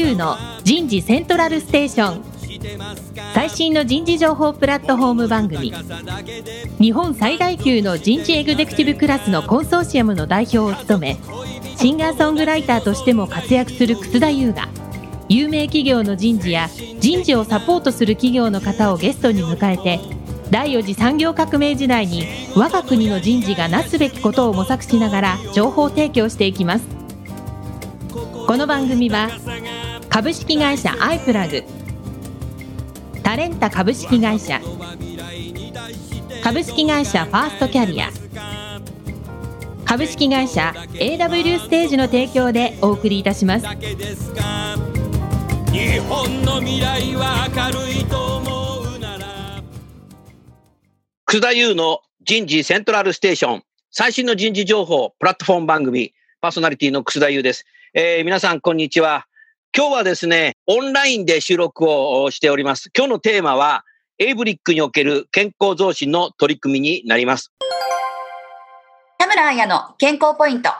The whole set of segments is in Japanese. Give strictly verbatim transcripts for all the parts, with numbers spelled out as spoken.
優の人事セントラルステーション、最新の人事情報プラットフォーム番組。日本最大級の人事エグゼクティブクラスのコンソーシアムの代表を務め、シンガーソングライターとしても活躍する楠田優が、有名企業の人事や人事をサポートする企業の方をゲストに迎えて、第四次産業革命時代に我が国の人事がなすべきことを模索しながら情報提供していきます。この番組は株式会社アイプラグ、タレンタ株式会社、株式会社ファーストキャリア、株式会社 エーダブリュー ステージの提供でお送りいたします。 日本の未来は明るいと思うなら。 楠田優の人事セントラルステーション、最新の人事情報プラットフォーム番組、パーソナリティの楠田優です。えー、皆さんこんにちは。今日はですね、オンラインで収録をしております。今日のテーマはエイブリックにおける健康増進の取り組みになります。 田村彩の健康ポイント。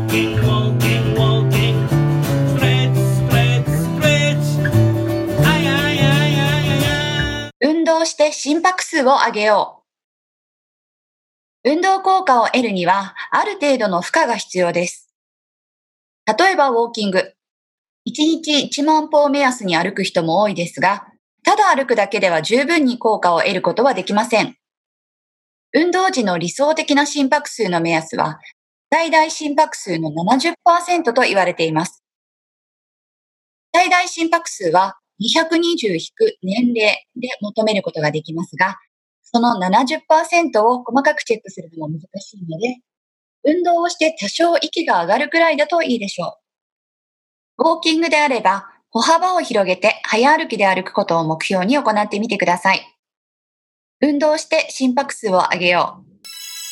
運動して心拍数を上げよう。運動効果を得るにはある程度の負荷が必要です。例えばウォーキング。いちにちいちまんぽを目安に歩く人も多いですが、ただ歩くだけでは十分に効果を得ることはできません。運動時の理想的な心拍数の目安は、最大心拍数の ななじゅっパーセント と言われています。最大心拍数はにひゃくにじゅう引く年齢で求めることができますが、その ななじゅっパーセント を細かくチェックするのも難しいので、運動をして多少息が上がるくらいだといいでしょう。ウォーキングであれば、歩幅を広げて早歩きで歩くことを目標に行ってみてください。運動して心拍数を上げよう。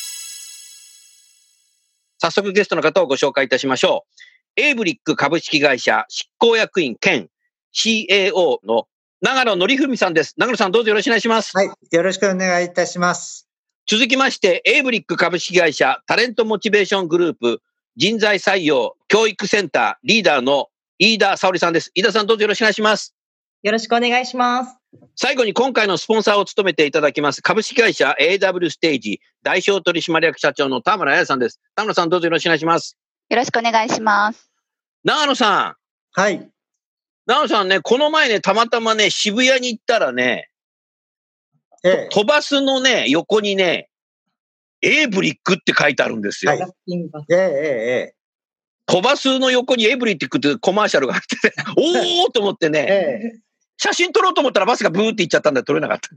早速ゲストの方をご紹介いたしましょう。エイブリック株式会社執行役員兼 シーエーオー の長野則文さんです。長野さん、どうぞよろしくお願いします。 はい、よろしくお願いいたします。 続きまして、エイブリック株式会社タレントモチベーショングループ人材採用教育センターリーダーの飯田沙織さんです。飯田さん、どうぞよろしくお願いします。 よろしくお願いします。 最後に今回のスポンサーを務めていただきます株式会社 エーダブリュー ステージ代表取締役社長の田村彩さんです。田村さん、どうぞよろしくお願いします。 よろしくお願いします。 長野さん。 はい。 長野さんね、この前ね、たまたまね、渋谷に行ったらね、 ええ、 飛ばすのね、横にね、エイブリックって書いてあるんですよ。 はい、ええええ、 飛ばすの横にエイブリックってコマーシャルが入ってて、おーと思ってね、 ええ、 写真撮ろうと思ったらバスがブーって行っちゃったんで撮れなかった。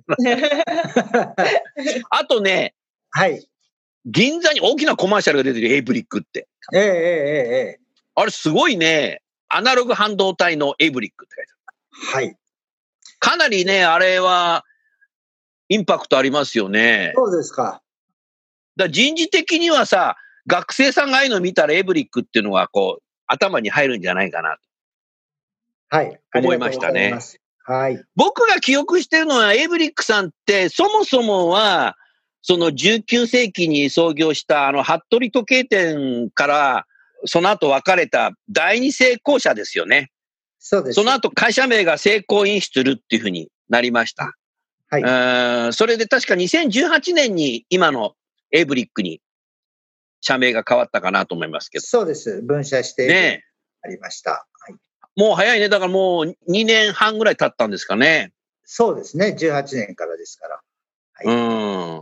あとね、 はい。 銀座に大きなコマーシャルが出てるエイブリックって。 ええええええ、 あれすごいね、アナログ半導体のエイブリックって書いてある。 はい。 かなりね、あれはインパクトありますよね。 そうですか。 だから人事的にはさ、学生さんがああいうの見たらエイブリックっていうのがこう頭に入るんじゃないかなと、 はい、 思いましたね。 はい。 僕が記憶してるのはエイブリックさんってそもそもはそのじゅうきゅうせいきに創業したあの服部時計店からその後分かれた第二成功社ですよね。 そうです。 その後会社名が成功インシュルっていうふうになりました。 はい。 うん、それで確かにせんじゅうはちねんに今のエイブリックに社名が変わったかなと思いますけど。 そうです。分社してね、 ありました。はい。 もう早いね。だからもうにねんはんぐらい経ったんですかね。 そうですね。じゅうはちねんからですから。はい、 うん。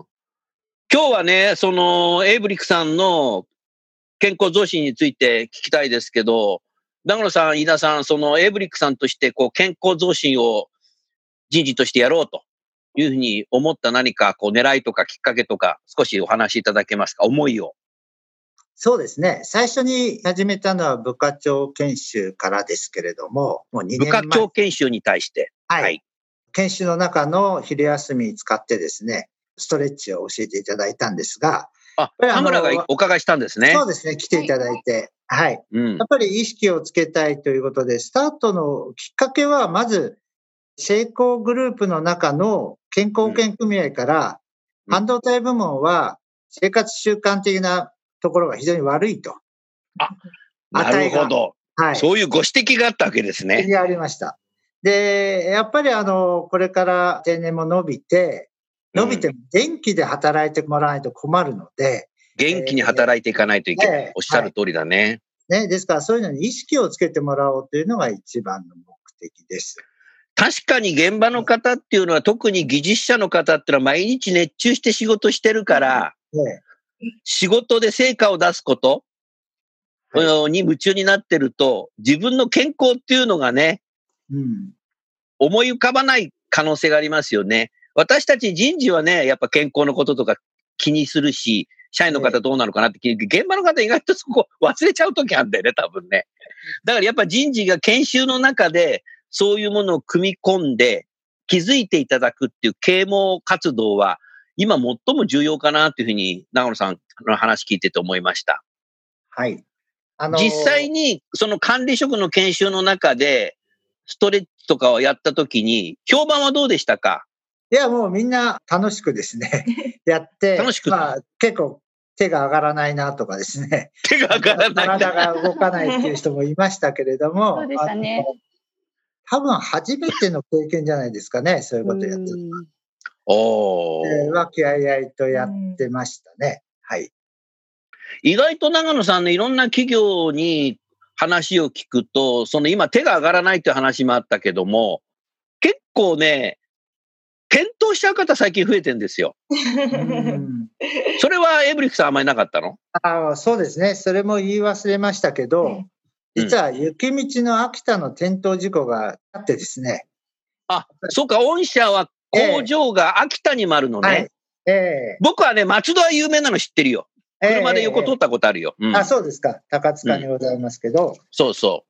今日はね、そのエイブリックさんの健康増進について聞きたいですけど、長野さん、飯田さん、そのエイブリックさんとしてこう健康増進を人事としてやろうというふうに思った何かこう狙いとかきっかけとか少しお話しいただけますか、思いを。 そうですね。最初に始めたのは部課長研修からですけれども、もうにねんまえ。 部課長研修に対して。 はい。はい、研修の中の昼休み使ってですね、ストレッチを教えていただいたんですが、 あ、田村がお伺いしたんですね。 そうですね。来ていただいて。はい。はい、 うん、 やっぱり意識をつけたいということで、スタートのきっかけは、まず、成功グループの中の健康保険組合から、うん、半導体部門は生活習慣的なところが非常に悪いと。 あ、なるほど。 はい。 そういうご指摘があったわけですね。 指摘がありました。で、やっぱりあの、これから定年も伸びて、伸びても元気で働いてもらわないと困るので、 元気に働いていかないといけない。 えーおっしゃる通りだね。 ね、ですからそういうのに意識をつけてもらおうというのが一番の目的です。 確かに現場の方っていうのは、特に技術者の方っていうのは毎日熱中して仕事してるから、 ね、 仕事で成果を出すこと、はい、に夢中になってると、自分の健康っていうのがね、 うん、 思い浮かばない可能性がありますよね。私たち人事はね、やっぱ健康のこととか気にするし、社員の方どうなのかなって聞いて、現場の方意外とそこ忘れちゃうときあるんだよね、多分ね。だからやっぱ人事が研修の中で、そういうものを組み込んで、気づいていただくっていう啓蒙活動は、今最も重要かなっていうふうに、長野さんの話聞いてて思いました。 はい。あのー、 実際に、その管理職の研修の中で、ストレッチとかをやったときに、評判はどうでしたか？ いや、もうみんな楽しくですね、やって、 楽しく、 まあ、結構手が上がらないなとかですね、 手が上がらない体が動かないっていう人もいましたけれども、 そうでしたね。 多分初めての経験じゃないですかね、そういうことやってるのは。 おー。 えー、和気あいあいとやってましたね。はい。 意外と長野さんのいろんな企業に話を聞くと、その今手が上がらないっていう話もあったけども、結構ね、検討しちゃう方最近増えてるんですよ。うんそれはエブリックさんあんまりなかったの？ ああ、そうですね。それも言い忘れましたけど、実は雪道の秋田の転倒事故があってですね。 あ、そうか、御社は工場が秋田にもあるのね。 えーはいえー、 僕はね、松戸は有名なの知ってるよ。車で横通ったことあるよ。 えーうん、あ、そうですか。高塚にございますけど。うん、 そうそう。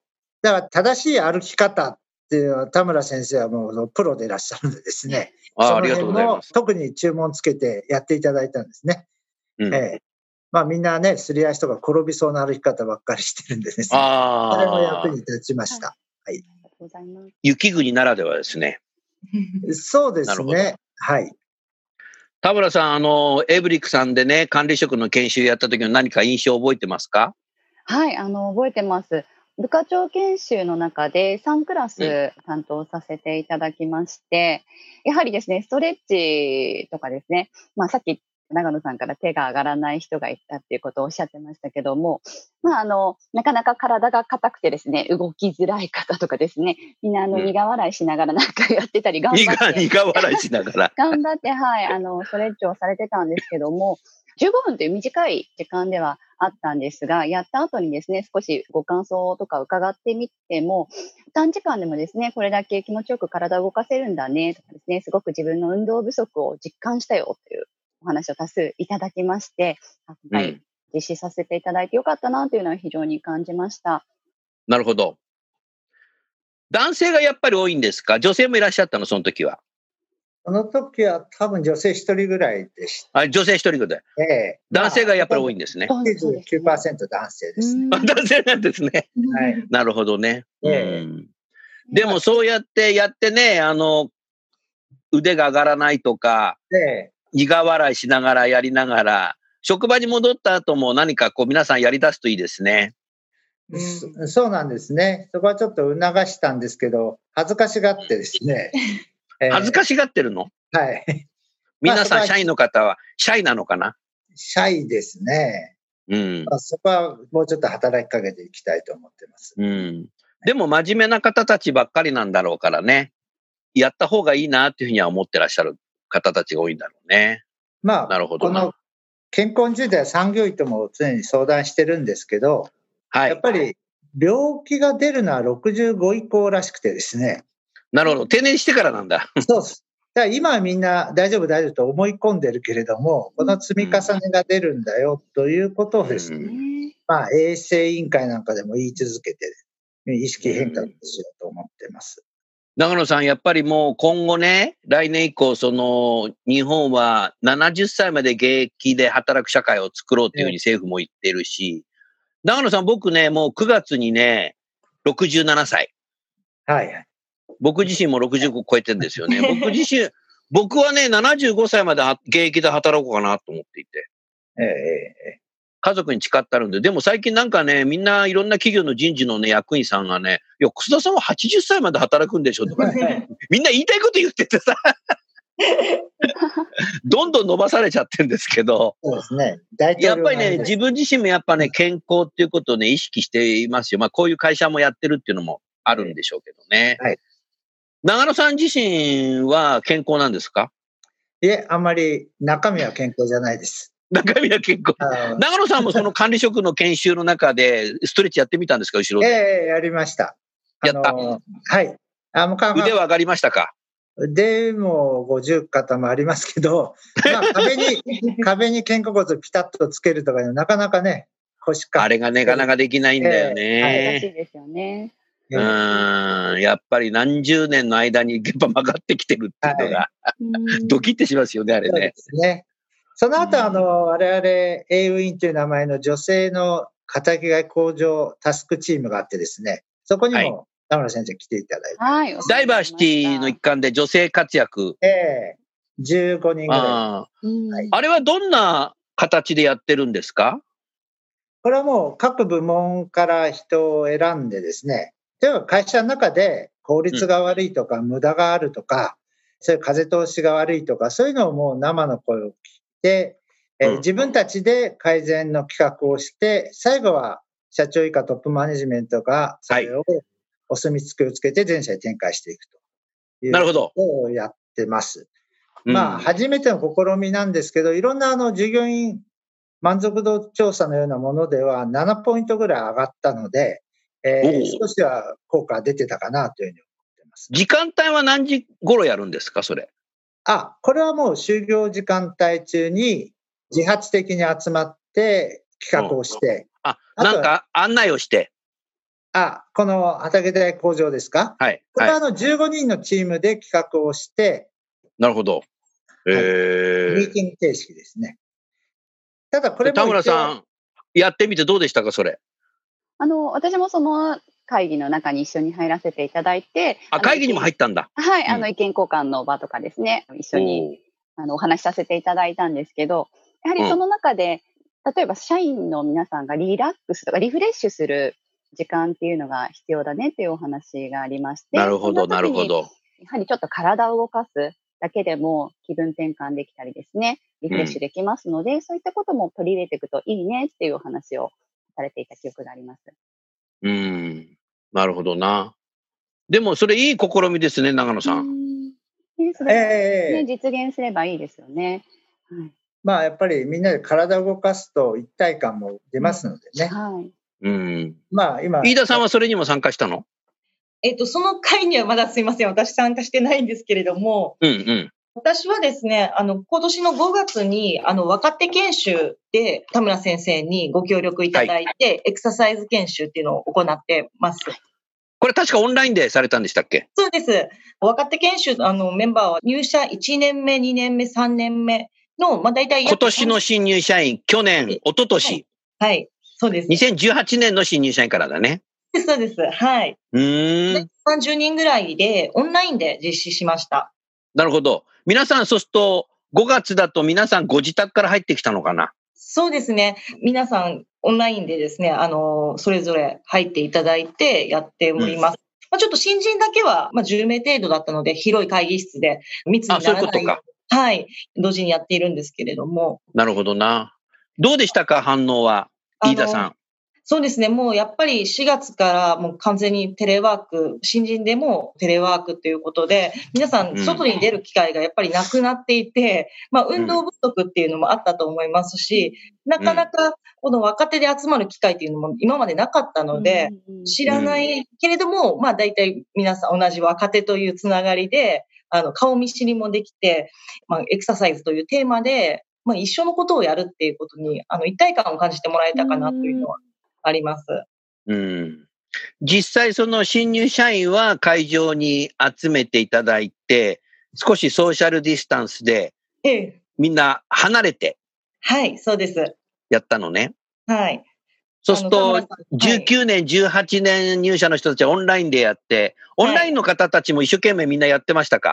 だから正しい歩き方っていうのは田村先生はもうプロでいらっしゃるんでですね。 あ, ありがとうございます。 特に注文つけてやっていただいたんですね。うんえーまあみんなね、すり足とか転びそうな歩き方ばっかりしてるんでですね。あそれも役に立ちました。はい。 雪国ならではですね。 そうですね。はい。 田村さん、あの、エブリックさんでね、管理職の研修やった時の何か印象覚えてますか？ はい、あの、覚えてます。部課長研修の中でさんクラス担当させていただきまして、うん、やはりですね、ストレッチとかですね、まあさっき長野さんから手が上がらない人がいたっていうことをおっしゃってましたけども、まああの、なかなか体が硬くてですね、動きづらい方とかですね、みんなあの、苦笑いしながらなんかやってたり、頑張って。 苦笑いしながら。 頑張って、はい、あの、ストレッチをされてたんですけども、じゅうごふんという短い時間ではあったんですが、やった後にですね、少しご感想とか伺ってみても、短時間でもですね、これだけ気持ちよく体を動かせるんだね、とかですね、すごく自分の運動不足を実感したよというお話を多数いただきまして、今回実施させていただいてよかったなというのは非常に感じました。 なるほど。男性がやっぱり多いんですか？女性もいらっしゃったの、その時は。 その時は多分女性一人ぐらいでした。 あ、女性一人ぐらい。 ええ。 男性がやっぱり多いんですね。 きゅうじゅうきゅうパーセント 男性ですね。 男性なんですね。はい。なるほどね。ええ、うん。でもそうやってやってね、あの、腕が上がらないとか、ええ、苦笑いしながらやりながら、職場に戻った後も何かこう皆さんやり出すといいですね。 うん、そうなんですね。そこはちょっと促したんですけど、恥ずかしがってですね。 えー、恥ずかしがってるの？ はい。 皆さん、社員の方はシャイなのかな？ シャイですね。うん。まあ、そこはもうちょっと働きかけていきたいと思ってます。 うん。でも真面目な方たちばっかりなんだろうからね。やった方がいいなっていうふうには思ってらっしゃる方たちが多いんだろうね。 まあ、 なるほど。 この健康については産業医とも常に相談してるんですけど、はい。やっぱり病気が出るのはろくじゅうご以降らしくてですね。 なるほど。定年してからなんだ。 そうです。だから今はみんな大丈夫大丈夫と思い込んでるけれども、この積み重ねが出るんだよということをですね、うん、まあ衛生委員会なんかでも言い続けて、意識変革しようと思っています。 長野さん、やっぱりもう今後ね、来年以降、その日本はななじゅっさいまで現役で働く社会を作ろうというふうに政府も言ってるし、長野さん、僕ね、もうくがつにね、ろくじゅうななさい。 はい。 僕自身もろくじゅうご超えてるんですよね。僕自身、僕はね、ななじゅうごさいまで現役で働こうかなと思っていて。 ええ家族に誓ってあるんで、でも最近なんかね、みんないろんな企業の人事のね、役員さんがね、いや、楠田さんははちじゅっさいまで働くんでしょとか、ね、みんな言いたいこと言っててさ、どんどん伸ばされちゃってるんですけど、 そうですね。大統領やっぱりね、自分自身もやっぱね、健康っていうことをね、意識していますよ。まあ、こういう会社もやってるっていうのもあるんでしょうけどね。 はい。 長野さん自身は健康なんですか？ いえ、あんまり中身は健康じゃないです。 中身は健康。長野さんもその管理職の研修の中でストレッチやってみたんですか、後ろで。 ええ、やりました。 やった。 はい。あもう腕は上がりましたか？ 腕も五十肩もありますけど、まあ、壁に、壁に肩甲骨をピタッとつけるとか、なかなかね、腰か。 あれがね、なかなかできないんだよね。 難しいですよね。 うん、やっぱり何十年の間にやっぱ曲がってきてるっていうのが、はい、ドキッてしますよね、あれね。そうですね。その後、あの、我々 エーウィンという名前の女性の肩着替え向上タスクチームがあってですね、そこにも田村先生来ていただいて。 はい、 ダイバーシティの一環で女性活躍。 ええー、じゅうごにんぐらい。 あ、はい、あれはどんな形でやってるんですか？ これはもう各部門から人を選んでですね、例えば会社の中で効率が悪いとか、うん、無駄があるとか、そういう風通しが悪いとか、そういうのをもう生の声を聞いて、えーうん、自分たちで改善の企画をして、最後は社長以下トップマネジメントがそれをお墨付きをつけて全社に展開していくということをやってます。まあ、初めての試みなんですけど、いろんなあの従業員満足度調査のようなものではななポイントぐらい上がったので、えー、少しは効果が出てたかなというふうに思ってます。 時間帯は何時頃やるんですか、それ？ あ、これはもう就業時間帯中に自発的に集まって企画をして。 うん、あ、なんか案内をして。 あ、この畑で工場ですか？ はい。 これはあのじゅうごにんのチームで企画をして。 なるほど。えーはい、ミーティング形式ですね。ただこれも。 田村さん、やってみてどうでしたか、それ？ あの、私もその会議の中に一緒に入らせていただいて。 あ、会議にも入ったんだ。 はい、あの、意見交換の場とかですね、うん、一緒にあのお話しさせていただいたんですけど、やはりその中で、うん、例えば社員の皆さんがリラックスとかリフレッシュする時間っていうのが必要だねっていうお話がありまして。 なるほど、なるほど。 やはりちょっと体を動かすだけでも気分転換できたりですね、リフレッシュできますので、うん、そういったことも取り入れていくといいねっていうお話をされていた記憶があります。 うん、なるほどな。でもそれいい試みですね、長野さん。 うんね、それね、えー、実現すればいいですよね。はい、 まあやっぱりみんなで体を動かすと一体感も出ますのでね。 うん、はい。 うん。 まあ今。 飯田さんはそれにも参加したの？ えっと、その会にはまだすいません。私参加してないんですけれども。 うんうん。 私はですね、あの、今年のごがつに、あの、若手研修で田村先生にご協力いただいて、はい、エクササイズ研修っていうのを行ってます。 これ確かオンラインでされたんでしたっけ？ そうです。若手研修のあのメンバーは入社いちねんめ、にねんめ、さんねんめの、まあ大体。 今年の新入社員、去年、一昨年。 はい、はい、そうです。 にせんじゅうはちねんの新入社員からだね。 そうです。はい。 うーん。 さんじゅうにんぐらいでオンラインで実施しました。 なるほど。皆さん、そうすると、ごがつだと皆さんご自宅から入ってきたのかな？ そうですね。皆さん、オンラインでですね、あの、それぞれ入っていただいてやっております。うん、まあ、ちょっと新人だけは、まあ、じゅうめい程度だったので、広い会議室で密にならない。あ、そういうことか。はい。同時にやっているんですけれども。 なるほどな。どうでしたか、反応は。飯田さん。 そうですね。もうやっぱりしがつからもう完全にテレワーク、新人でもテレワークということで、皆さん外に出る機会がやっぱりなくなっていて、うん、まあ運動不足っていうのもあったと思いますし、なかなかこの若手で集まる機会っていうのも今までなかったので、知らないけれども、まあ大体皆さん同じ若手というつながりで、あの顔見知りもできて、まあエクササイズというテーマで、まあ一緒のことをやるっていうことに、あの一体感を感じてもらえたかなというのは、あります。 うん。実際その新入社員は会場に集めていただいて、少しソーシャルディスタンスで、 ええ、 みんな離れて。 はい、そうです。 やったのね。 はい。 そうすると、じゅうきゅうねん、じゅうはちねん入社の人たちはオンラインでやって、オンラインの方たちも一生懸命みんなやってましたか？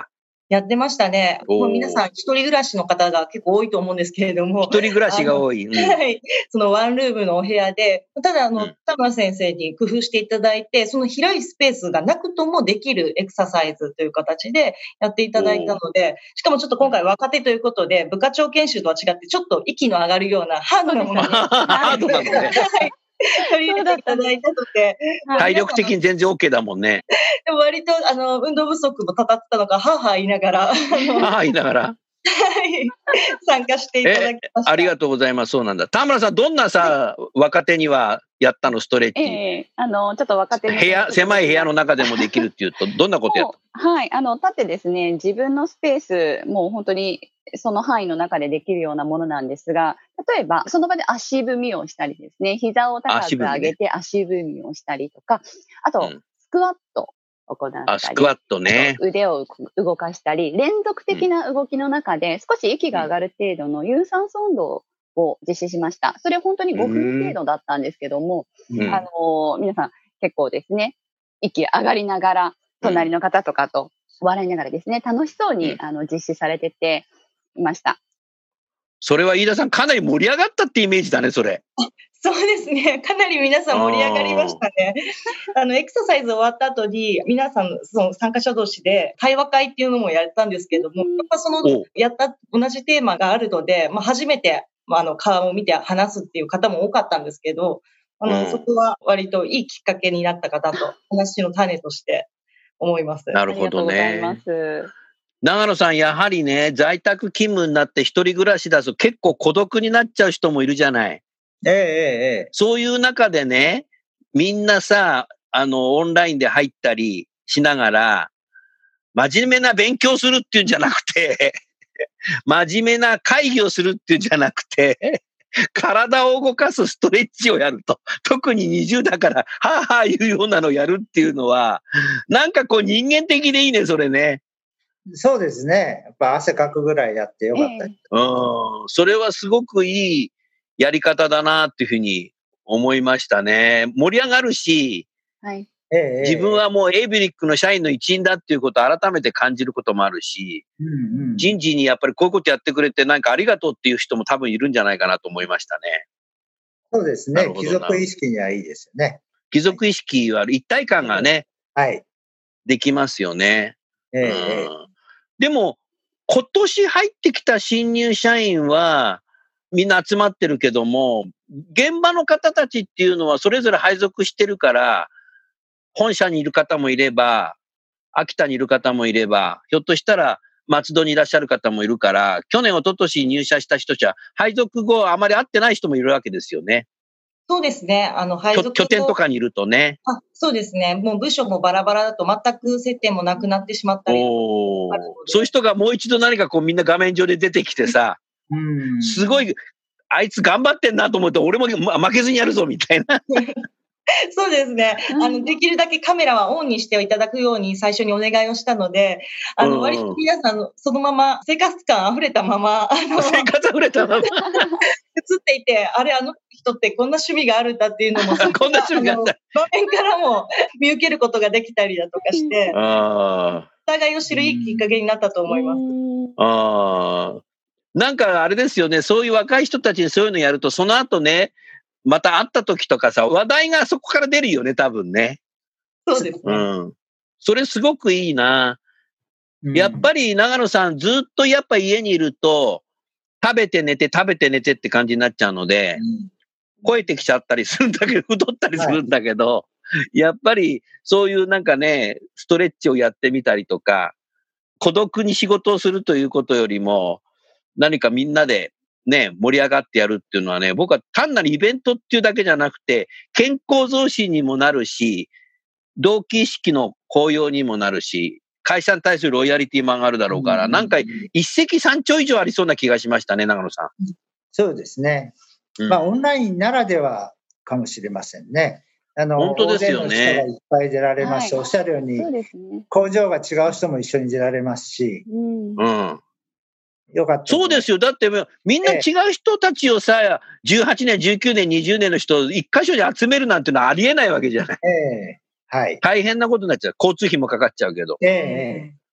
やってましたね。 おーもう皆さん一人暮らしの方が結構多いと思うんですけれども。 一人暮らしが多い。うんはい。そのワンルームのお部屋で、ただあの、 うん田村先生に工夫していただいて、その広いスペースがなくともできるエクササイズという形でやっていただいたので、しかもちょっと今回若手ということで、部課長研修とは違ってちょっと息の上がるようなハードなものに、 ハードなんだね。 はい取り入れていただいたので、 体力的に全然 OK だもんね。 でも割とあの運動不足もたたってたのか、はぁはぁ言いながら、あのはあ、言いながら。 はい参加していただきました。 ありがとうございます。そうなんだ。田村さん、どんなさ、若手にはやったの、ストレッチ。 ええあの、ちょっと若手の部屋、狭い部屋の中でもできるっていうと、どんなことやっもうはい。あの、立ってですね、自分のスペース、もう本当にその範囲の中でできるようなものなんですが、例えば、その場で足踏みをしたりですね、膝を高く上げて足踏みをしたりとか、あと、 うんスクワットを行ったり、 あ、スクワットね。 腕を動かしたり、連続的な動きの中で少し息が上がる程度の有酸素運動を実施しました。それ本当にごふん程度だったんですけども、 うんあの、皆さん結構ですね、息上がりながら、隣の方とかと笑いながらですね、楽しそうに、 うんあの実施されてていました。 それは飯田さん、かなり盛り上がったってイメージだね、それ。 そうですね。かなり皆さん盛り上がりましたね。あの、エクササイズ終わった後に、皆さん、その参加者同士で対話会っていうのもやったんですけども、やっぱそのお、 やった同じテーマがあるので、まあ、初めて、まあ、あの、顔を見て話すっていう方も多かったんですけど、あの、 うんそこは割といいきっかけになったかなと、話の種として思います。 なるほどありがとうございまね。 す。 長野さん、やはりね、在宅勤務になって一人暮らしだと結構孤独になっちゃう人もいるじゃない。 ええええ。 そういう中でね、みんなさ、あの、オンラインで入ったりしながら、真面目な勉強するっていうんじゃなくて、真面目な会議をするっていうんじゃなくて、体を動かすストレッチをやると。特ににじゅうだから、はぁはぁ言うようなのをやるっていうのは、なんかこう人間的でいいね、それね。 そうですね。やっぱ汗かくぐらいやってよかったり。 うん。それはすごくいいやり方だなっていうふうに思いましたね。盛り上がるし、 はい。 ええええ自分はもうエイブリックの社員の一員だっていうことを改めて感じることもあるし、 うんうん人事にやっぱりこういうことやってくれてなんかありがとうっていう人も多分いるんじゃないかなと思いましたね。 そうですね。 なるほどな貴族意識にはいいですよね。 貴族意識は一体感がね、 はい。 できますよね。 ええええうんでも、今年入ってきた新入社員は、みんな集まってるけども、現場の方たちっていうのはそれぞれ配属してるから、本社にいる方もいれば、秋田にいる方もいれば、ひょっとしたら松戸にいらっしゃる方もいるから、去年、一昨年入社した人たちは、配属後あまり会ってない人もいるわけですよね。 そうですね。あの、配属拠拠点とかにいるとね。 あ、そうですね。もう部署もバラバラだと全く接点もなくなってしまったり。 おーあるのでそういう人がもう一度何かこうみんな画面上で出てきてさ、 うんすごい、あいつ頑張ってんなと思って、俺もま負けずにやるぞみたいな。 そうですね。 うんあの、できるだけカメラはオンにしていただくように最初にお願いをしたので、あの、 うん割と皆さん、そのまま、生活感溢れたまま、あの、映生活触れたまま。 っていて、あれ、あの人ってこんな趣味があるんだっていうのも、 こんな趣味があったの場面からも見受けることができたりだとかして、 あお互いを知るいいきっかけになったと思います。 あ、ああ。なんかあれですよね、そういう若い人たちにそういうのやると、その後ね、また会った時とかさ、話題がそこから出るよね、多分ね。 そうですね。 うん。それすごくいいな。 うんやっぱり長野さん、ずっとやっぱ家にいると、食べて寝て食べて寝てって感じになっちゃうので、超えてきちゃったりするんだけど、太ったりするんだけど、やっぱりそういうなんかね、ストレッチをやってみたりとか、孤独に仕事をするということよりも、何かみんなでね、盛り上がってやるっていうのはね、僕は単なるイベントっていうだけじゃなくて、健康増進にもなるし、同期意識の高揚にもなるし、会社に対するロイヤリティも上がるだろうから、 うんなんか一石三鳥以上ありそうな気がしましたね、長野さん。 そうですね。 うんまあ、オンラインならではかもしれませんね。あの、 本当ですよね大勢の人がいっぱい出られますし、 はいおっしゃるようにそう、ですね。 工場が違う人も一緒に出られますし、 うん。 うん。 よかった。 そうですよ。だってみんな違う人たちをさ、じゅうはちねん、じゅうきゅうねん、にじゅうねんの人を一箇所に集めるなんてのはありえないわけじゃない。 ええはい。 大変なことになっちゃう。交通費もかかっちゃうけど。 ええええ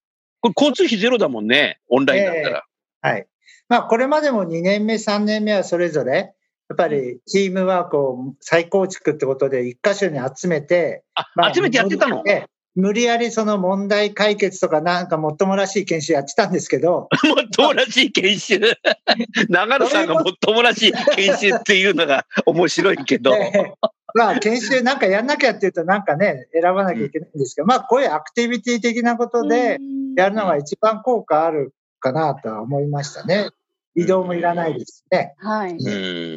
これ交通費ゼロだもんね、オンラインだったら。 えー、はい。まあ、これまでもにねんめ、さんねんめはそれぞれ、やっぱりチームワークを再構築ってことで一箇所に集めて、 あ、 まあ、 集めてやってたの？ 無理やりその問題解決とかなんかもっともらしい研修やってたんですけど。 もっともらしい研修。長野さんがもっともらしい研修っていうのが面白いけど。 まあ研修なんかやんなきゃっていうとなんかね、選ばなきゃいけないんですけど、うん、まあこういうアクティビティ的なことでやるのが一番効果あるかなとは思いましたね。移動もいらないですね。 はい。 うん。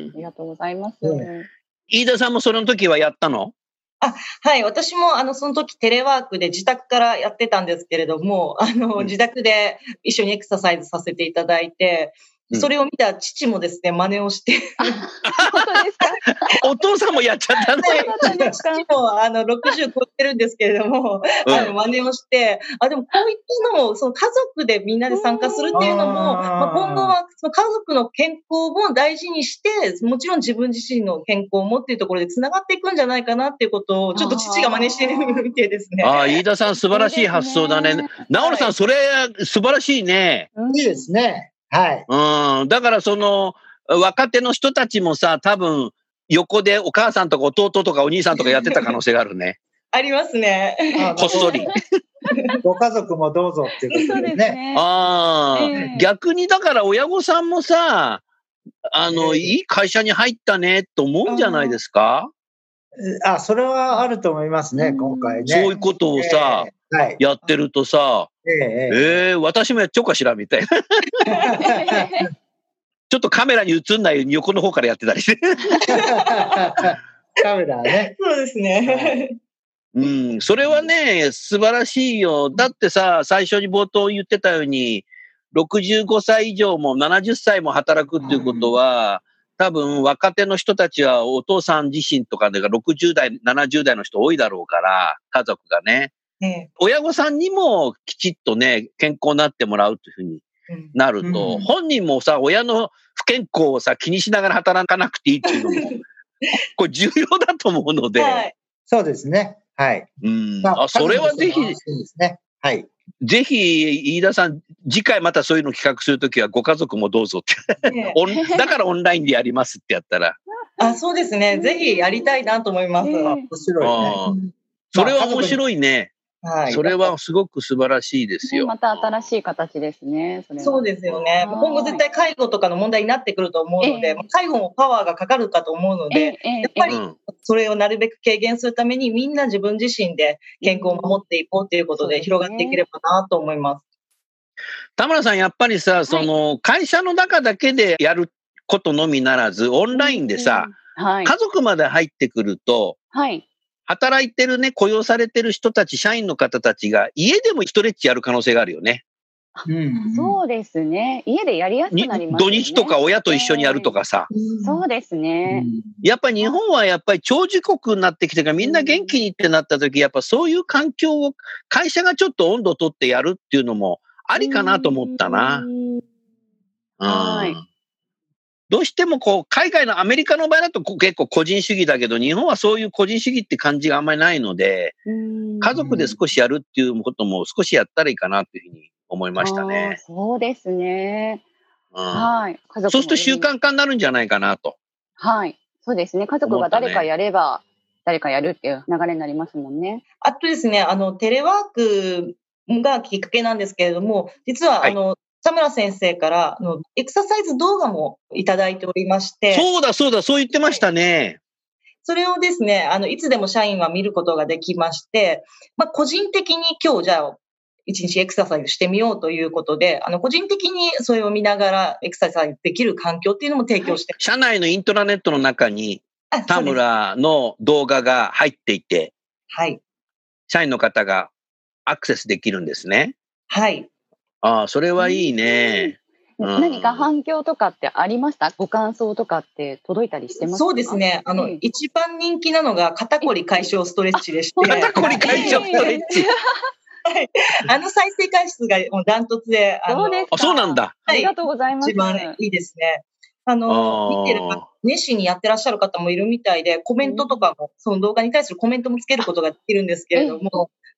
ありがとうございます。 うん、 飯田さんもその時はやったの？ あ、はい。私も、あの、その時テレワークで自宅からやってたんですけれども、あの、うん、自宅で一緒にエクササイズさせていただいて、それを見た父もですね、真似をして。 本当ですか？ お父さんもやっちゃったね。 父も、あの、ろくじゅう超えてるんですけれども、うん、あの、真似をして、あ、でもこういったのも、その家族でみんなで参加するっていうのも、まあ、今後は、その家族の健康も大事にして、もちろん自分自身の健康もっていうところで繋がっていくんじゃないかなっていうことを、ちょっと父が真似してるみたいですね。 ああ、飯田さん素晴らしい発想だね。直野さん、それ素晴らしいね。 いいですね。はい。 うん。だからその、若手の人たちもさ、多分、横でお母さんとか弟とかお兄さんとかやってた可能性があるね。 ありますね。 こっそり。 ご家族もどうぞっていうことですね。 ねああ、えー、逆にだから親御さんもさ、あの、えー、いい会社に入ったねと思うんじゃないですか？ あ、それはあると思いますね、今回ね。 そういうことをさ、えーはい、やってるとさ、えー、えー、私もやっちゃおうかしらみたいな。ちょっとカメラに映んないように横の方からやってたりして。 カメラね。 そうですね。 うん、それはね、素晴らしいよ。だってさ、最初に冒頭言ってたように、ろくじゅうごさい以上もななじゅっさいも働くっていうことは、うん、多分若手の人たちはお父さん自身とかでろくじゅうだい、ななじゅうだいの人多いだろうから、家族がね。ね、親御さんにもきちっとね、健康になってもらうというふうになると、うん、本人もさ、親の不健康をさ、気にしながら働かなくていいっていうのも、これ重要だと思うので。はい、 そうですね。はい。 うん。まあ、あ、それはぜひ、 ね、はい。 ぜひ、飯田さん、次回またそういうの企画するときはご家族もどうぞって、ね。だからオンラインでやりますってやったら。 あ、そうですね。ぜひやりたいなと思います。面白いね。 それは面白いね。はい、それはすごく素晴らしいですよ。 また新しい形ですね。それはそうですよね。今後絶対介護とかの問題になってくると思うので、えー、介護もパワーがかかるかと思うので、えーえー、やっぱりそれをなるべく軽減するためにみんな自分自身で健康を守っていこうということで広がっていければなと思います。 田村さん、やっぱりさ、その会社の中だけでやることのみならず、オンラインでさ、うんはい、家族まで入ってくると、はい働いてるね、雇用されてる人たち、社員の方たちが家でもストレッチやる可能性があるよね。 うん、そうですね。家でやりやすくなりますよね。 土日とか親と一緒にやるとかさ。 えー、そうですね、うん。 やっぱり日本はやっぱり長寿国になってきてからみんな元気にってなった時、やっぱそういう環境を会社がちょっと温度を取ってやるっていうのもありかなと思ったな。うんはい。どうしてもこう、海外のアメリカの場合だと結構個人主義だけど、日本はそういう個人主義って感じがあんまりないので、家族で少しやるっていうことも少しやったらいいかなっていうふうに思いましたね。 そうですね。 うん、はい。家族そうすると習慣化になるんじゃないかなと。 はい。そうですね。家族が誰かやれば、ね、誰かやるっていう流れになりますもんね。 あとですね、あの、テレワークがきっかけなんですけれども、実は、はい、あの、田村先生からのエクササイズ動画もいただいておりまして。 そうだそうだ、そう言ってましたね。 それをですね、あの、いつでも社員は見ることができまして、まあ、個人的に今日じゃあ、一日エクササイズしてみようということで、あの、個人的にそれを見ながらエクササイズできる環境っていうのも提供して。はい、 社内のイントラネットの中に、田村の動画が入っていて、 はい。 社員の方がアクセスできるんですね。 はい。 ああ、それはいいね。 うん、何か反響とかってありました？ご感想とかって届いたりしてますか？ そうですね。あの、うん、一番人気なのが肩こり解消ストレッチでして。 肩こり解消ストレッチ。 はい。あの再生回数がもうダントツで。 あそうですか。 あ、そうなんだ。 ありがとうございます。 一番いいですね。あの、見てる方、熱心にやってらっしゃる方もいるみたいで、コメントとかも、その動画に対するコメントもつけることができるんですけれども、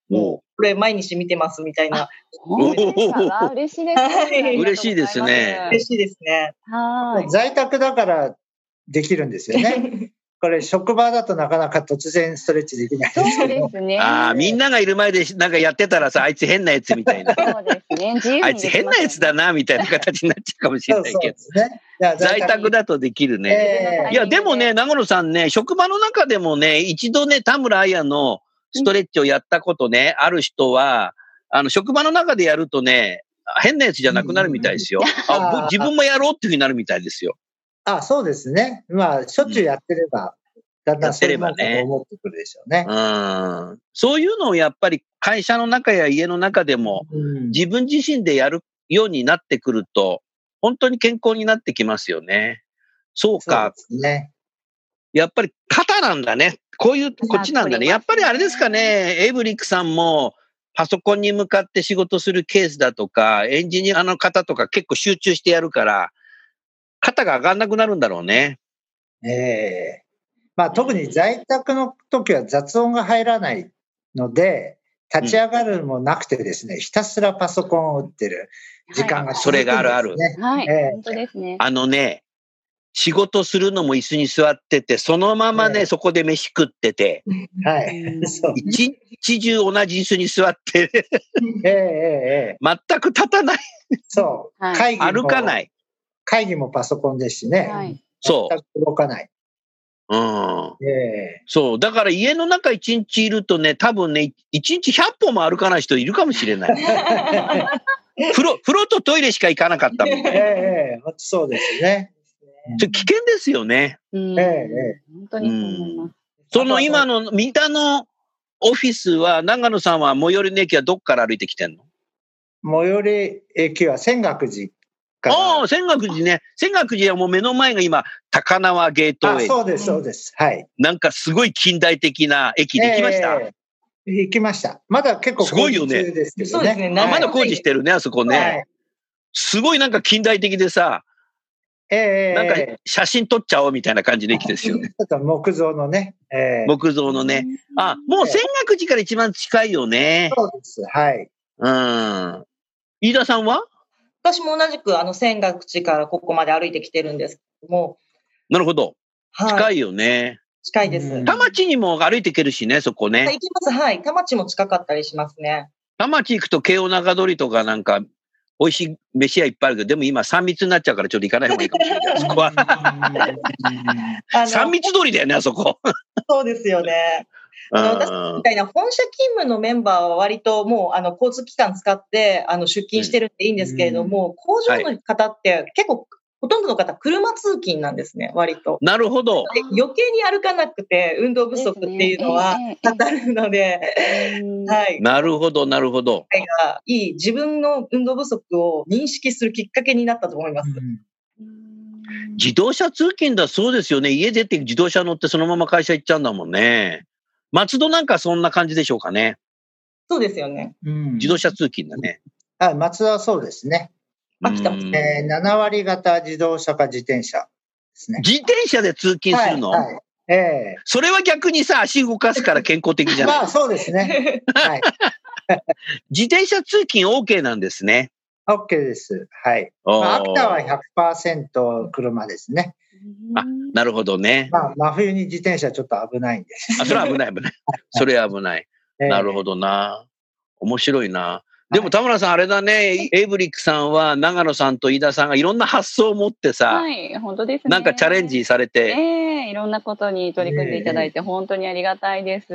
もう、これ毎日見てますみたいな。 本当ですか？わあ嬉しいですね。 嬉しいですね。 嬉しいですね。 はい。 在宅だからできるんですよね。これ、職場だとなかなか突然ストレッチできないですそうけど。 ですね。 ああ、みんながいる前でなんかやってたらさ、あいつ変なやつみたいな。 そうですね。自由にあいつ変なやつだな、みたいな形になっちゃうかもしれないけど。 そうですね。 在宅だとできるね。 えーいや、でもね、長野さんね、職場の中でもね、一度ね、田村彩のストレッチをやったことね、ある人は、あの、職場の中でやるとね、変なやつじゃなくなるみたいですよ。あ、自分もやろうっていうふうになるみたいですよ。 あ、そうですね。まあ、しょっちゅうやってれば、だんだんそういうものかと思ってくるでしょうね。 うん。そういうのをやっぱり会社の中や家の中でも、自分自身でやるようになってくると、本当に健康になってきますよね。そうか。 そうですね。 やっぱり肩なんだね。こういう、こっちなんだね。やっぱりあれですかね、エイブリックさんもパソコンに向かって仕事するケースだとか、エンジニアの方とか結構集中してやるから、肩が上がんなくなるんだろうね。 ええまあ特に在宅の時は雑音が入らないので、立ち上がるもなくてですね、ひたすらパソコンを打ってる時間が続くんですね。 それがあるある。 はい。 ええ本当ですね。 あのね、仕事するのも椅子に座ってて、そのままね、 ええそこで飯食ってて、 はい。そう。 一日中同じ椅子に座って、 ええええええ全く立たない。 そう。 はい会議も歩かない。 会議もパソコンですしね。 はい。 そ全く動かない。 う。うん。 ええそう。だから家の中一日いるとね、多分ね、一日ひゃっぽんも歩かない人いるかもしれない。風呂、風呂とトイレしか行かなかったもん。 ええええそうですね。 それ危険ですよね。 うんええええ本当にそう思います。 その今の三田のオフィスは、長野さんは最寄りの駅はどっから歩いてきてんの？ 最寄り駅は泉岳寺から。 ああ、泉岳寺ね。泉岳寺はもう目の前が今、高輪ゲートウあ、 ェイ。 そうです、そうです。はい。 なんかすごい近代的な駅できました、 ええ行きました。まだ結構すごいよね工事中ですけどね。 そうですねあまだ工事してるね、あそこね。 はいすごいなんか近代的でさ、 ええなんか写真撮っちゃおうみたいな感じの駅ですよね。 ちょっと木造のね。ええ木造のね。あ、もう泉岳寺から一番近いよね。 そうです。はい。 うん。飯田さんは？ 私も同じくあの泉岳寺からここまで歩いてきてるんですけども、 なるほど。 はい、 近いよね。 近いです。 うん田町にも歩いていけるしね、そこね。 行きます。はい。田町も近かったりしますね。 田町行くと京王中通りとかなんか、美味しい飯屋いっぱいあるけど、でも今さん密になっちゃうからちょっと行かない方がいいかもしれない。そこは。 あのさん密通りだよね、あそこ。 そうですよね。あの私みたいな本社勤務のメンバーは割ともうあの交通機関使ってあの出勤してるんでいいんですけれども、工場の方って結構ほとんどの方車通勤なんですね、割と。 なるほど。 で余計に歩かなくて運動不足っていうのは当たるので、はい。 なるほど、なるほど。 がいい自分の運動不足を認識するきっかけになったと思います。 自動車通勤だそうですよね。家出て自動車乗ってそのまま会社行っちゃうんだもんね。松戸なんかそんな感じでしょうかね。 そうですよね。 うん自動車通勤だね。 はい、松田はそうですね。 あ、来たますね。 えー、なな割方自動車か自転車ですね。 自転車で通勤するの？ はいはいええそれは逆にさ、足動かすから健康的じゃない？ まあそうですね。はい。 自転車通勤 OK なんですね。 OK です。はい。まあ、秋田は ひゃくパーセント 車ですね。 あ、なるほどね。 まあ、真冬に自転車ちょっと危ないんです。 あ、それは危ない危ない。それは危ない。 ええなるほどな。面白いな。でも田村さんあれだね、エイブリックさんは長野さんと飯田さんがいろんな発想を持ってさ、 はい、本当ですね。 なんかチャレンジされてええいろんなことに取り組んでいただいて本当にありがたいです。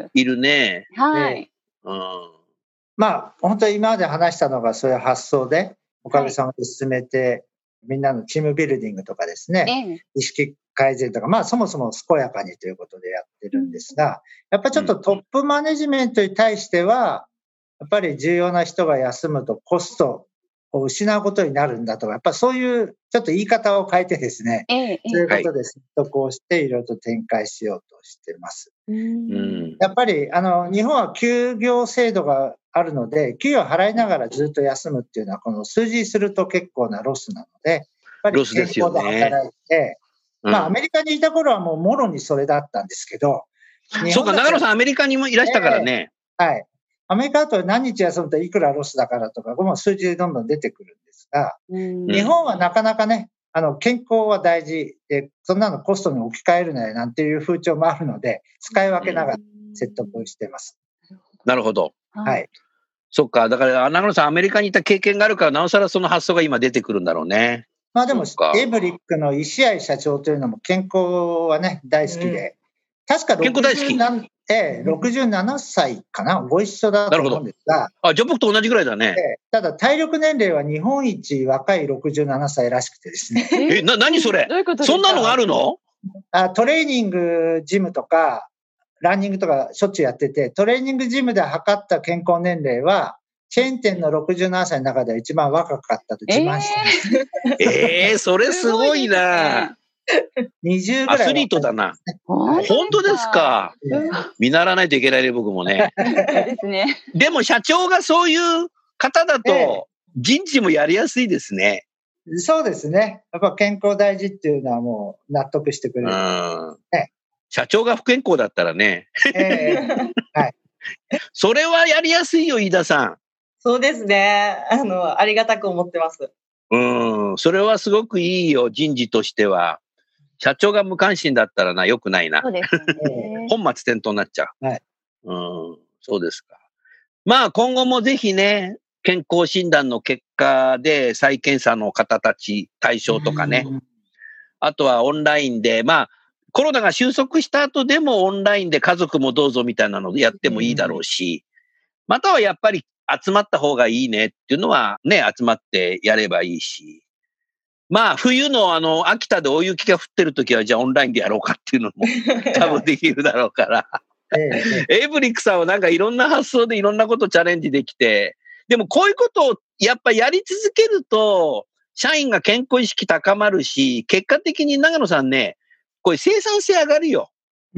いるね。 はい。 うん。 まあ、本当に今まで話したのがそういう発想で、おかげさまで進めて、みんなのチームビルディングとかですね、 ええ意識改善とか、まあそもそも健やかにということでやってるんですが、やっぱりちょっとトップマネジメントに対しては、やっぱり重要な人が休むとコストを失うことになるんだとか、やっぱりそういうちょっと言い方を変えてですね、 ええええそういうことで説得をしていろいろと展開しようとしてます。 うん。 やっぱりあの日本は休業制度があるので、給与を払いながらずっと休むっていうのは、この数字すると結構なロスなので、やっぱりロスですよね健康で働いて、まあアメリカにいた頃はもうもろにそれだったんですけど、 そうか、長野さんアメリカにもいらしたからね。 はい。 アメリカだと何日休むといくらロスだからとか、もう数字でどんどん出てくるんですが、日本はなかなかね、あの、健康は大事で、そんなのコストに置き換えるなよなんていう風潮もあるので、使い分けながら説得してます。 なるほど。 はい。 そっか。だから、長野さん、アメリカにいた経験があるから、なおさらその発想が今出てくるんだろうね。 まあでも、エイブリックの石合社長というのも健康はね、大好きで、うん、確か健康大好き。 ええ、ろくじゅうななさいかな、ご一緒だと思うんですが。 あ、じゃあ僕と同じぐらいだね。 ええ、ただ体力年齢は日本一若いろくじゅうななさいらしくてですね。 え、な、何それ？どういうことですか？そんなのがあるの？ あ、トレーニングジムとか、ランニングとかしょっちゅうやってて、トレーニングジムで測った健康年齢は、チェーン店のろくじゅうななさいの中では一番若かったと自慢してます。 えー、えー、それすごいな。 にじゅうぐらい、 アスリートだな。本当ですか。見習わないといけないね、僕もね。 ですね。 でも社長がそういう方だと、人事もやりやすいですね。 そうですね。やっぱ健康大事っていうのはもう納得してくれる。うんね、社長が不健康だったらね。 えーはい、 それはやりやすいよ、飯田さん。 そうですね。あの、ありがたく思ってます。 うん、それはすごくいいよ、人事としては。社長が無関心だったらな、良くないな。 そうですね。 本末転倒になっちゃう。はい。 うん、そうですか。まあ、今後もぜひね、健康診断の結果で再検査の方たち対象とかね。あとはオンラインで、まあ、コロナが収束した後でもオンラインで家族もどうぞみたいなのでやってもいいだろうし、またはやっぱり集まった方がいいねっていうのはね、集まってやればいいし。まあ、冬のあの、秋田で大雪が降ってるときは、じゃあオンラインでやろうかっていうのも多分できるだろうから。エイブリックさんはなんかいろんな発想でいろんなことチャレンジできて、でもこういうことをやっぱやり続けると、社員が健康意識高まるし、結果的に長野さんね、これ生産性上がるよ。 うん。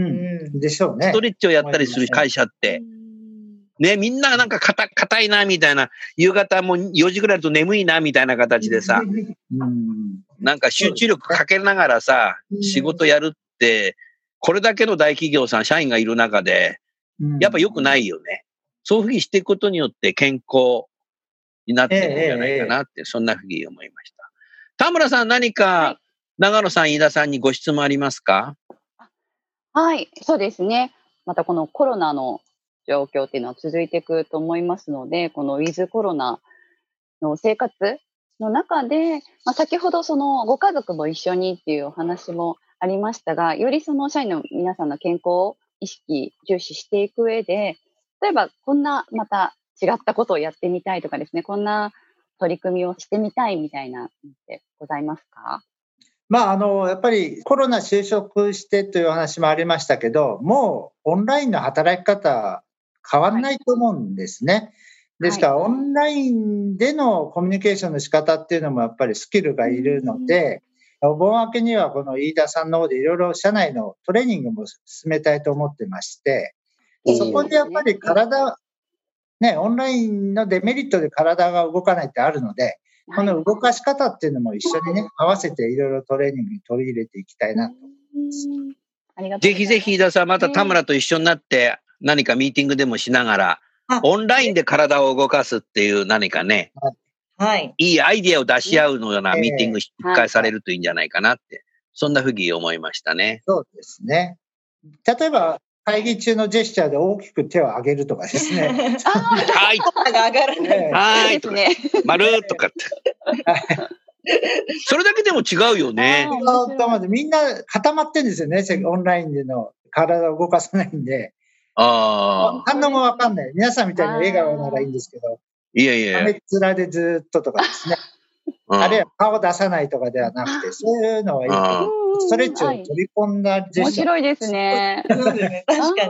でしょうね。 ストレッチをやったりする会社って。ね、みんながなんか硬、硬いな、みたいな、夕方もよじぐらいだと眠いな、みたいな形でさ、なんか集中力かけながらさ、仕事やるって、これだけの大企業さん、社員がいる中で、やっぱ良くないよね。そういうふうにしていくことによって健康になってるんじゃないかなって、そんなふうに思いました。田村さん、何か、長野さん、飯田さんにご質問ありますか？ はい、そうですね。またこのコロナの状況っていうのは続いていくと思いますので、このウィズコロナの生活の中で、まあ、先ほどそのご家族も一緒にっていうお話もありましたが、よりその社員の皆さんの健康意識重視していく上で、例えばこんなまた違ったことをやってみたいとかですね、こんな取り組みをしてみたいみたいなのってございますか？ まあ、あの、やっぱりコロナ就職してというお話もありましたけど、もうオンラインの働き方変わんないと思うんですね。ですから、オンラインでのコミュニケーションの仕方っていうのもやっぱりスキルがいるので、お盆明けにはこの飯田さんの方でいろいろ社内のトレーニングも進めたいと思ってまして、そこでやっぱり体、ね、オンラインのデメリットで体が動かないってあるので、この動かし方っていうのも一緒にね、合わせていろいろトレーニングに取り入れていきたいなと思います。 ぜひぜひ飯田さん、また田村と一緒になって何かミーティングでもしながら、オンラインで体を動かすっていう何かね、 はい。 いいアイディアを出し合うのようなミーティング一回されるといいんじゃないかなって、そんなふうに思いましたね。 そうですね。例えば、会議中のジェスチャーで大きく手を上げるとかですね。 はい。 が上がるね。 はい。丸とかって。それだけでも違うよね。 みんな固まってるんですよね。オンラインでの体を動かさないんで。 あ反応もわかんない。皆さんみたいに笑顔ならいいんですけど。 いやいや。 雨面でずっととかですね。あるいは顔出さないとかではなくて、そういうのはいいけど、ストレッチを取り込んだジェスチャー。 面白いですね。 確かに。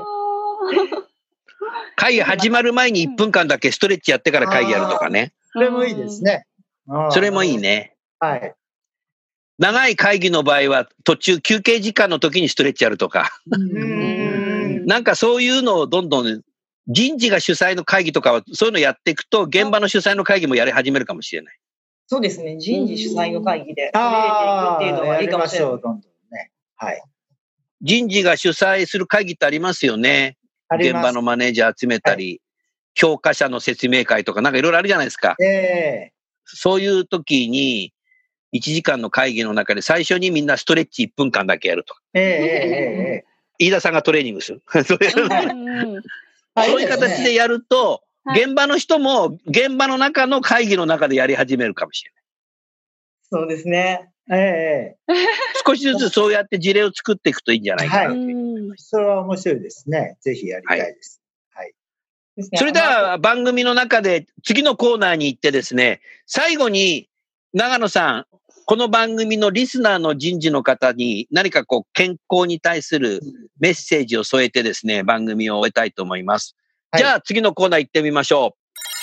会議始まる前にいっぷんかんだけストレッチやってから会議やるとかね。 それもいいですね。 それもいいね。 はい。 長い会議の場合は途中休憩時間の時にストレッチやるとか。なんかそういうのをどんどん人事が主催の会議とかはそういうのやっていくと現場の主催の会議もやり始めるかもしれない。 そうですね。人事主催の会議で取り入れていくっていうのはいいかもしれない。 どんどんね。はい。 人事が主催する会議ってありますよね。現場のマネージャー集めたり、 評価者の説明会とかなんかいろいろあるじゃないですか。 ええそういう時に、いちじかんの会議の中で最初にみんなストレッチいっぷんかんだけやるとか。 ええええええ飯田さんがトレーニングする。そういうはいそういう形でやると、 はい現場の人も現場の中の会議の中でやり始めるかもしれない。 そうですね。 えええ少しずつそうやって事例を作っていくといいんじゃないかな。 はいそれは面白いですね。ぜひやりたいです。 ですねそれでは番組の中で次のコーナーに行ってですね、最後に長野さん、この番組のリスナーの人事の方に何かこう健康に対するメッセージを添えてですね、番組を終えたいと思います。 はいじゃあ次のコーナー行ってみましょ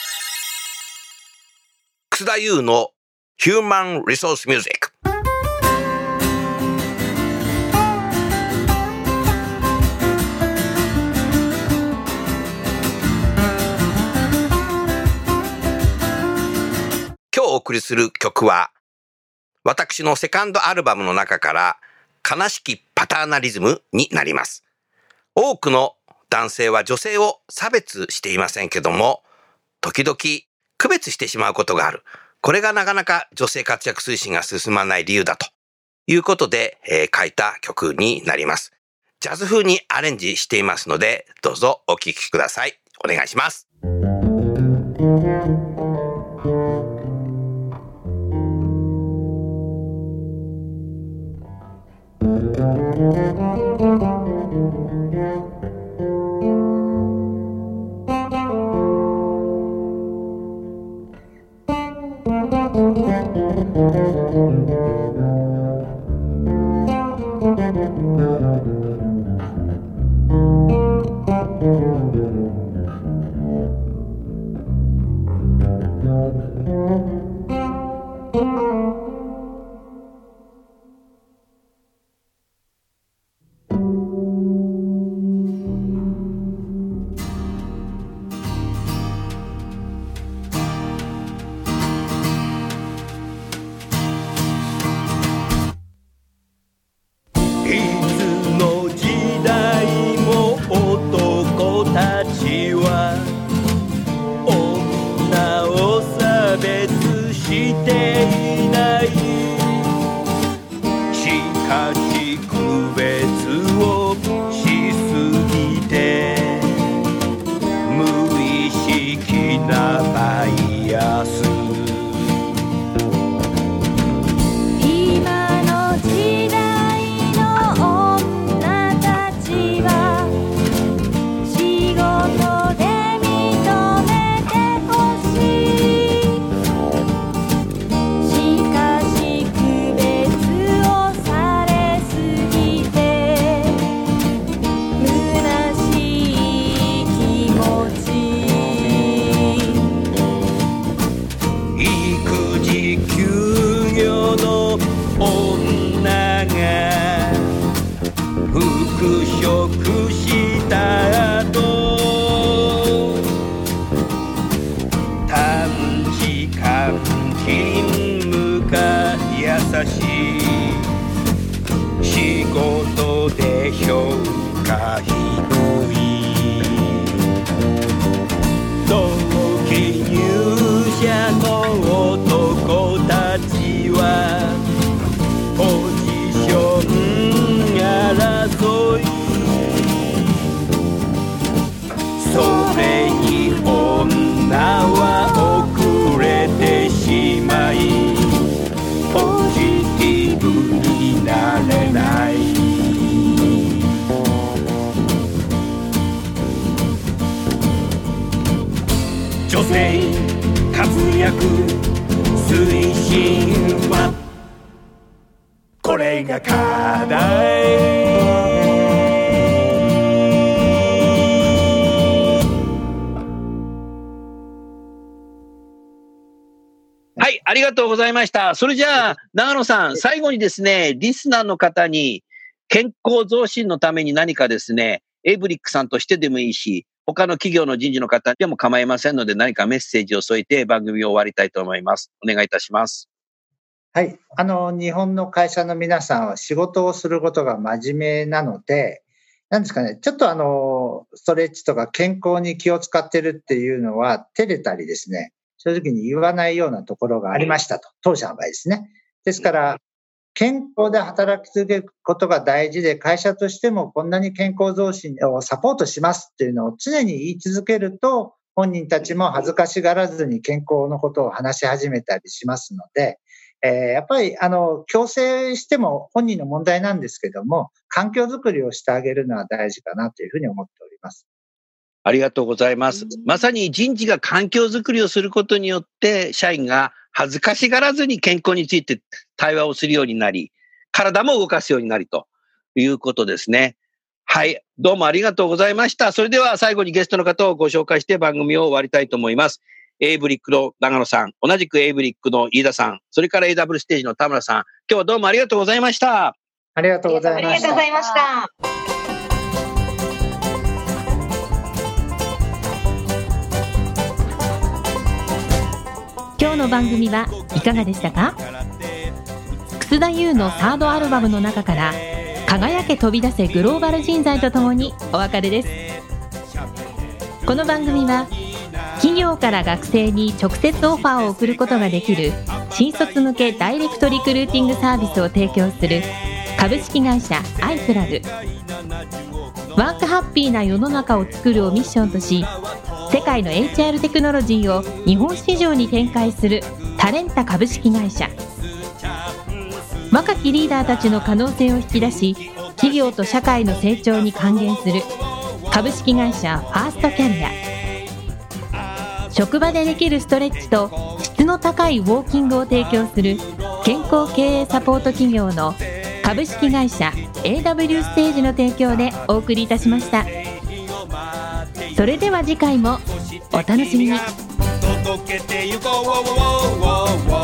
楠田優のヒューマンリソースミュージック。今日お送りする曲は、私のセカンドアルバムの中から悲しきパターナリズムになります。多くの男性は女性を差別していませんけども、時々区別してしまうことがある。これがなかなか女性活躍推進が進まない理由だということで、えー書いた曲になります。ジャズ風にアレンジしていますので、どうぞお聴きください。お願いします。 いつの時代も男たちは女を差別していない。しかし区別をしすぎて無意識なバイアス。 今の時代の女たちは仕事で認めてほしい。しかし区別をされすぎて虚しい気持ち。 育児休業の女が復職した後短時間勤務か優しい仕事で評価低い。同期入社の男たちはポジション争い。それに女は遅れてしまいポジティブになれない。女性活躍推進はこれが課題。 はい、ありがとうございました。それじゃあ、長野さん、最後にですね、リスナーの方に健康増進のために何かですね、エイブリックさんとしてでもいいし、他の企業の人事の方でも構いませんので、何かメッセージを添えて番組を終わりたいと思います。お願いいたします。 はい。あの、日本の会社の皆さんは仕事をすることが真面目なので、 なんですかね、ちょっとあの、ストレッチとか健康に気を使ってるっていうのは、照れたりですね、正直に言わないようなところがありましたと。当社の場合ですね。ですから、健康で働き続けることが大事で、会社としてもこんなに健康増進をサポートしますっていうのを常に言い続けると、本人たちも恥ずかしがらずに健康のことを話し始めたりしますので、えー、やっぱり、あの、強制しても本人の問題なんですけども、環境づくりをしてあげるのは大事かなというふうに思っております。 ありがとうございます。まさに人事が環境づくりをすることによって、社員が恥ずかしがらずに健康について対話をするようになり、体も動かすようになりということですね。はい。どうもありがとうございました。それでは最後にゲストの方をご紹介して番組を終わりたいと思います。エイブリックの長野さん、同じくエイブリックの飯田さん、それから エーダブリュー ステージの田村さん、今日はどうもありがとうございました。 ありがとうございました。 ありがとうございました。 今日の番組はいかがでしたか？楠田優のサードアルバムの中から輝け飛び出せグローバル人材とともにお別れです。この番組は企業から学生に直接オファーを送ることができる新卒向けダイレクトリクルーティングサービスを提供する株式会社アイプラグ、ワークハッピーな世の中を作るをミッションとし、世界の エイチアール テクノロジーを日本市場に展開するタレンタ株式会社、若きリーダーたちの可能性を引き出し、企業と社会の成長に還元する株式会社ファーストキャリア、職場でできるストレッチと質の高いウォーキングを提供する健康経営サポート企業の株式会社 エーダブリュー ステージの提供でお送りいたしました。それでは次回もお楽しみに。 届けてゆこう